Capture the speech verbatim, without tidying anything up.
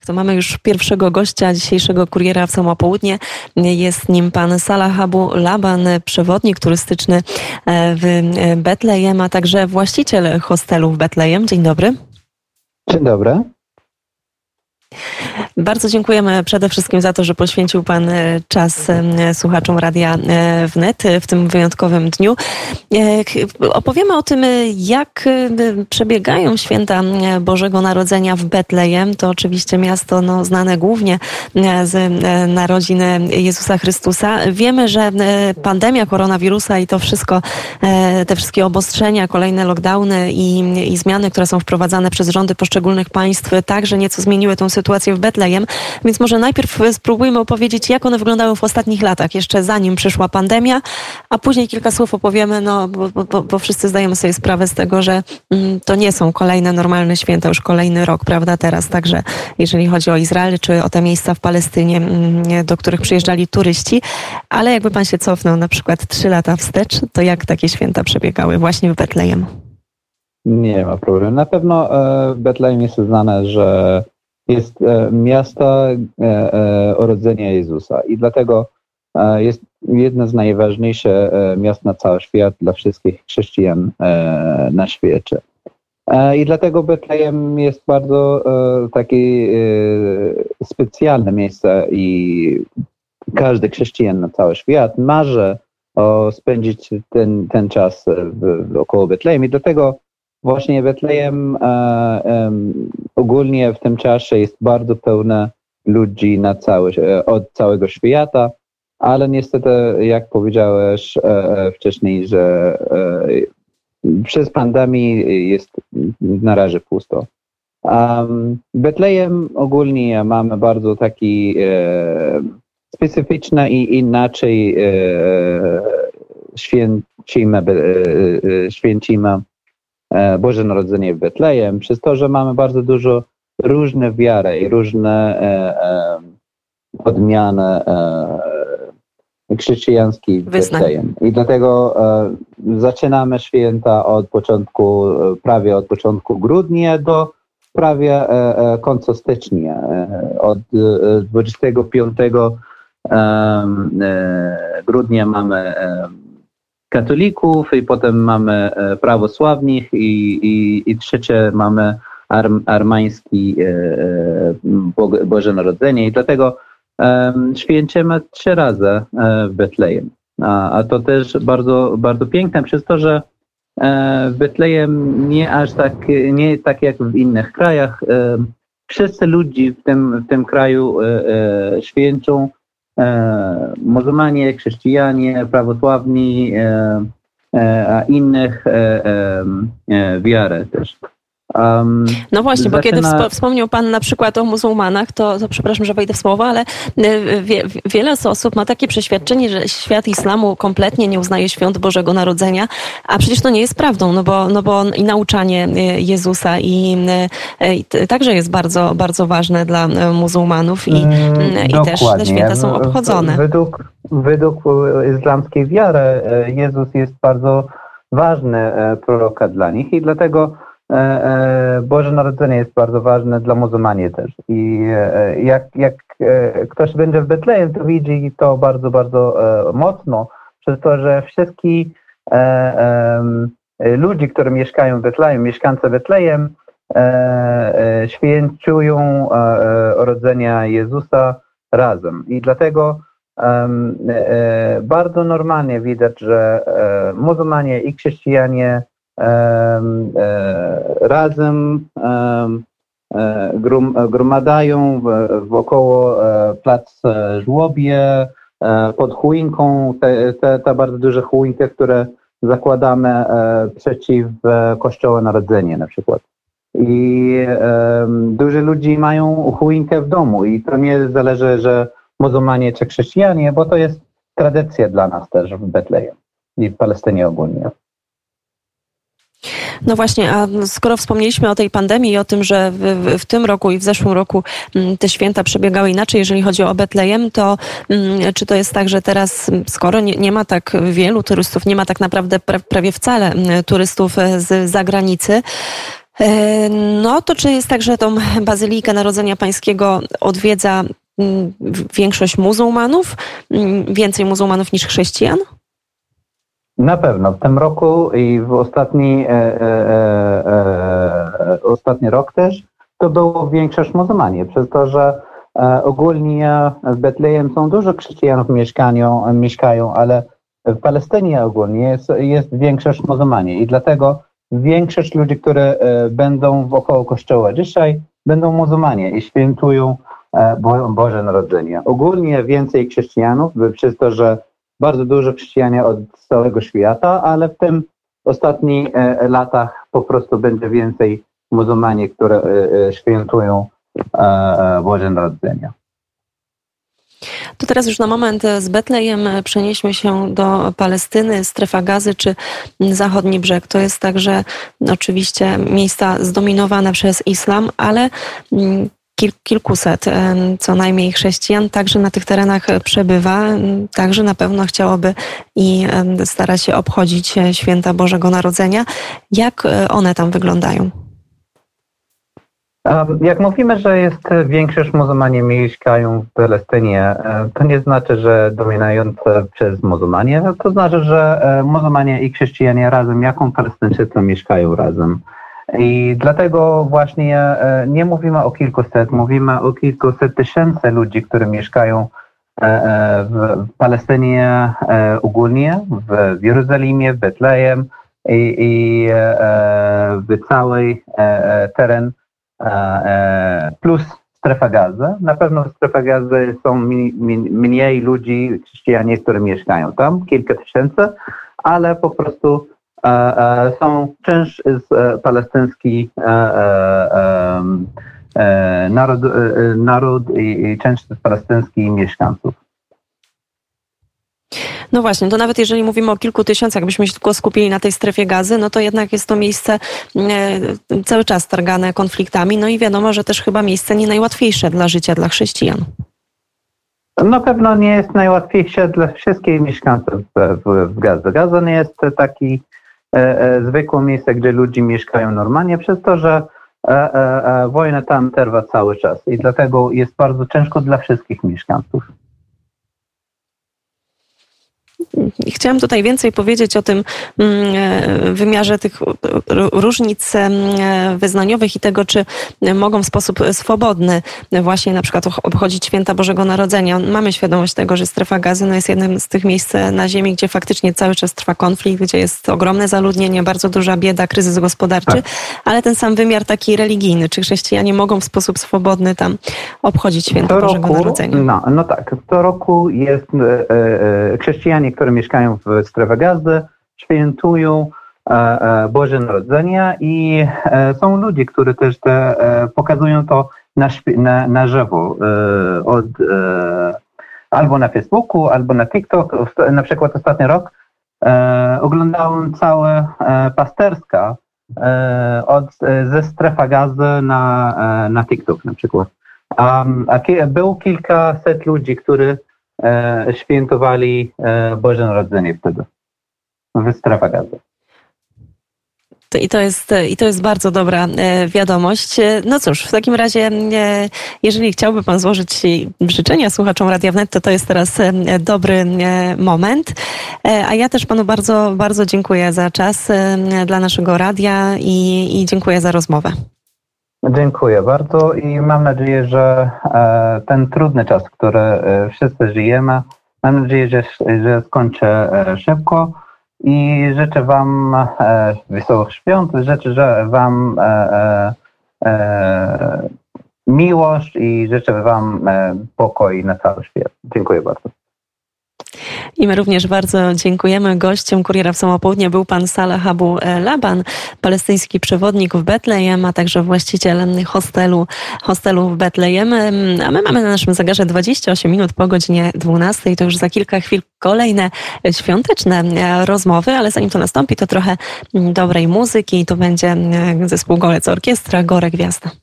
To mamy już pierwszego gościa dzisiejszego Kuriera w samo południe. Jest nim pan Salah Abu Laban, przewodnik turystyczny w Betlejem, a także właściciel hostelu w Betlejem. Dzień dobry. Dzień dobry. Bardzo dziękujemy przede wszystkim za to, że poświęcił pan czas słuchaczom Radia Wnet w tym wyjątkowym dniu. Opowiemy o tym, jak przebiegają święta Bożego Narodzenia w Betlejem. To oczywiście miasto no, znane głównie z narodzin Jezusa Chrystusa. Wiemy, że pandemia koronawirusa i to wszystko, te wszystkie obostrzenia, kolejne lockdowny i, i zmiany, które są wprowadzane przez rządy poszczególnych państw, także nieco zmieniły tę sytuację w Betlejem. Więc może najpierw spróbujmy opowiedzieć, jak one wyglądały w ostatnich latach, jeszcze zanim przyszła pandemia, a później kilka słów opowiemy, no bo, bo, bo wszyscy zdajemy sobie sprawę z tego, że mm, to nie są kolejne normalne święta, już kolejny rok, prawda, teraz. Także jeżeli chodzi o Izrael, czy o te miejsca w Palestynie, mm, do których przyjeżdżali turyści, ale jakby pan się cofnął na przykład trzy lata wstecz, to jak takie święta przebiegały właśnie w Betlejem? Nie ma problemu. Na pewno e, Betlejem jest znane, że jest e, miasto e, e, urodzenia Jezusa i dlatego e, jest jedno z najważniejszych e, miast na cały świat dla wszystkich chrześcijan e, na świecie. E, I dlatego Betlejem jest bardzo e, takie e, specjalne miejsce i każdy chrześcijan na cały świat marzy o spędzić ten, ten czas w, w około Betlejem i dlatego właśnie Betlejem e, e, ogólnie w tym czasie jest bardzo pełne ludzi na cały, od całego świata, ale niestety, jak powiedziałeś e, wcześniej, że e, przez pandemię jest na razie pusto. Um, Betlejem ogólnie mamy bardzo taki e, specyficzny i inaczej e, święcimy, e, święcimy Boże Narodzenie w Betlejem, przez to, że mamy bardzo dużo różne wiary i różne e, e, odmiany e, chrześcijańskie w Betlejem. I dlatego e, zaczynamy święta od początku, prawie od początku grudnia do prawie e, e, końca stycznia. E, od e, dwudziestego piątego e, e, grudnia mamy e, katolików i potem mamy prawosławnych i, i, i trzecie mamy arm, armeński e, Bo, Boże Narodzenie i dlatego e, święcimy trzy razy e, w Betlejem. A, a to też bardzo, bardzo piękne przez to, że e, w Betlejem nie aż tak, nie tak jak w innych krajach. E, wszyscy ludzie w tym, w tym kraju e, e, święcą E, muzułmanie, chrześcijanie, prawosławni, e, e, a innych e, e, wiary też. Um, no właśnie, zaczyna... bo kiedy wspo- wspomniał pan na przykład o muzułmanach, to, to przepraszam, że wejdę w słowo, ale wie, wiele osób ma takie przeświadczenie, że świat islamu kompletnie nie uznaje świąt Bożego Narodzenia, a przecież to nie jest prawdą, no bo, no bo i nauczanie Jezusa i, i także jest bardzo, bardzo ważne dla muzułmanów i, mm, i też te święta są obchodzone. Według, według islamskiej wiary Jezus jest bardzo ważny proroka dla nich i dlatego Boże Narodzenie jest bardzo ważne dla muzułmanów też. I jak, jak ktoś będzie w Betlejem, to widzi to bardzo, bardzo mocno, przez to, że wszystkich ludzi, którzy mieszkają w Betlejem, mieszkańcy Betlejem, świętują urodzenia Jezusa razem. I dlatego bardzo normalnie widać, że muzułmanie i chrześcijanie razem gromadają wokoło plac żłobie pod choinką, te, te, te bardzo duże choinki, które zakładamy przeciw Kościoła Narodzenia na przykład. I dużo ludzi mają choinkę w domu i to nie zależy, że muzułmanie czy chrześcijanie, bo to jest tradycja dla nas też w Betlejem i w Palestynie ogólnie. No właśnie, a skoro wspomnieliśmy o tej pandemii i o tym, że w, w, w tym roku i w zeszłym roku te święta przebiegały inaczej, jeżeli chodzi o Betlejem, to czy to jest tak, że teraz, skoro nie, nie ma tak wielu turystów, nie ma tak naprawdę pra, prawie wcale turystów z zagranicy, No to czy jest tak, że tą Bazylikę Narodzenia Pańskiego odwiedza większość muzułmanów? Więcej muzułmanów niż chrześcijan? Na pewno. W tym roku i w ostatni, e, e, e, ostatni rok też to było większość muzułmanie, przez to, że e, ogólnie w Betlejem są dużo chrześcijanów mieszkają, mieszkają, ale w Palestynie ogólnie jest, jest większość muzułmanie i dlatego większość ludzi, które e, będą wokoło kościoła dzisiaj, będą muzułmanie i świętują e, Bo, Boże Narodzenie. Ogólnie więcej chrześcijanów, przez to, że bardzo dużo chrześcijanie od całego świata, ale w tym ostatnich e, latach po prostu będzie więcej muzułmanie, które e, e, świętują e, Boże Narodzenie. To teraz już na moment z Betlejem przenieśmy się do Palestyny, strefa Gazy czy zachodni brzeg. To jest także oczywiście miejsca zdominowane przez islam, ale kilkuset co najmniej chrześcijan także na tych terenach przebywa. Także na pewno chciałoby i stara się obchodzić święta Bożego Narodzenia. Jak one tam wyglądają? Jak mówimy, że jest większość muzułmanie mieszkają w Palestynie, to nie znaczy, że dominujące przez muzułmanie, to znaczy, że muzułmanie i chrześcijanie razem, jako Palestyńczycy mieszkają razem. I dlatego właśnie nie mówimy o kilkuset, mówimy o kilkuset tysięcy ludzi, którzy mieszkają w Palestynie ogólnie, w Jerozolimie, w Betlejem i, i w całej teren plus strefa Gazy. Na pewno w strefie Gazy są mi, mi, mniej ludzi, chrześcijanie, którzy mieszkają tam, kilka tysięcy, ale po prostu e, e, są część z e, palestyński e, e, e, naród, e, naród i, i część z palestyńskich mieszkańców. No właśnie, to nawet jeżeli mówimy o kilku tysiącach, byśmy się tylko skupili na tej strefie Gazy, no to jednak jest to miejsce e, cały czas targane konfliktami, no i wiadomo, że też chyba miejsce nie najłatwiejsze dla życia dla chrześcijan. Na pewno nie jest najłatwiejsze dla wszystkich mieszkańców w, w Gazy. Gaza nie jest taki e, e, zwykłe miejsce, gdzie ludzie mieszkają normalnie, przez to, że e, e, wojna tam trwa cały czas i dlatego jest bardzo ciężko dla wszystkich mieszkańców. Chciałam tutaj więcej powiedzieć o tym wymiarze tych różnic wyznaniowych i tego, czy mogą w sposób swobodny właśnie na przykład obchodzić święta Bożego Narodzenia. Mamy świadomość tego, że strefa Gazy no jest jednym z tych miejsc na ziemi, gdzie faktycznie cały czas trwa konflikt, gdzie jest ogromne zaludnienie, bardzo duża bieda, kryzys gospodarczy, tak. Ale ten sam wymiar taki religijny. Czy chrześcijanie mogą w sposób swobodny tam obchodzić święta co Bożego roku, Narodzenia? No, no tak. Co roku jest e, e, chrześcijanie, które mieszkają w strefie Gazy, świętują e, e, Boże Narodzenie i e, są ludzie, którzy też te, e, pokazują to na, na, na żywo. E, od, e, albo na Facebooku, albo na TikTok. Na przykład ostatni rok e, oglądałem całe e, pasterska e, od, ze strefa Gazy na, e, na TikTok na przykład. Um, a ki- było kilkaset ludzi, którzy e, świętowali e, Boże Narodzenie wtedy w strefie Gazy. I to jest, i to jest bardzo dobra wiadomość. No cóż, w takim razie, jeżeli chciałby Pan złożyć życzenia słuchaczom Radia Wnet, to to jest teraz dobry moment. A ja też Panu bardzo, bardzo dziękuję za czas dla naszego radia i, i dziękuję za rozmowę. Dziękuję bardzo i mam nadzieję, że e, ten trudny czas, który e, wszyscy żyjemy, mam nadzieję, że, że skończy e, szybko i życzę Wam e, wesołych świąt, życzę Wam e, e, miłość i życzę Wam e, pokój na cały świat. Dziękuję bardzo. I my również bardzo dziękujemy. Gościem Kuriera w Samo Południe był pan Saleh Abu Laban, palestyński przewodnik w Betlejem, a także właściciel hostelu, hostelu w Betlejem. A my mamy na naszym zegarze dwadzieścia osiem minut po godzinie dwunastej. To już za kilka chwil kolejne świąteczne rozmowy, ale zanim to nastąpi, to trochę dobrej muzyki. To będzie zespół Golec Orkiestra, Gore Gwiazda.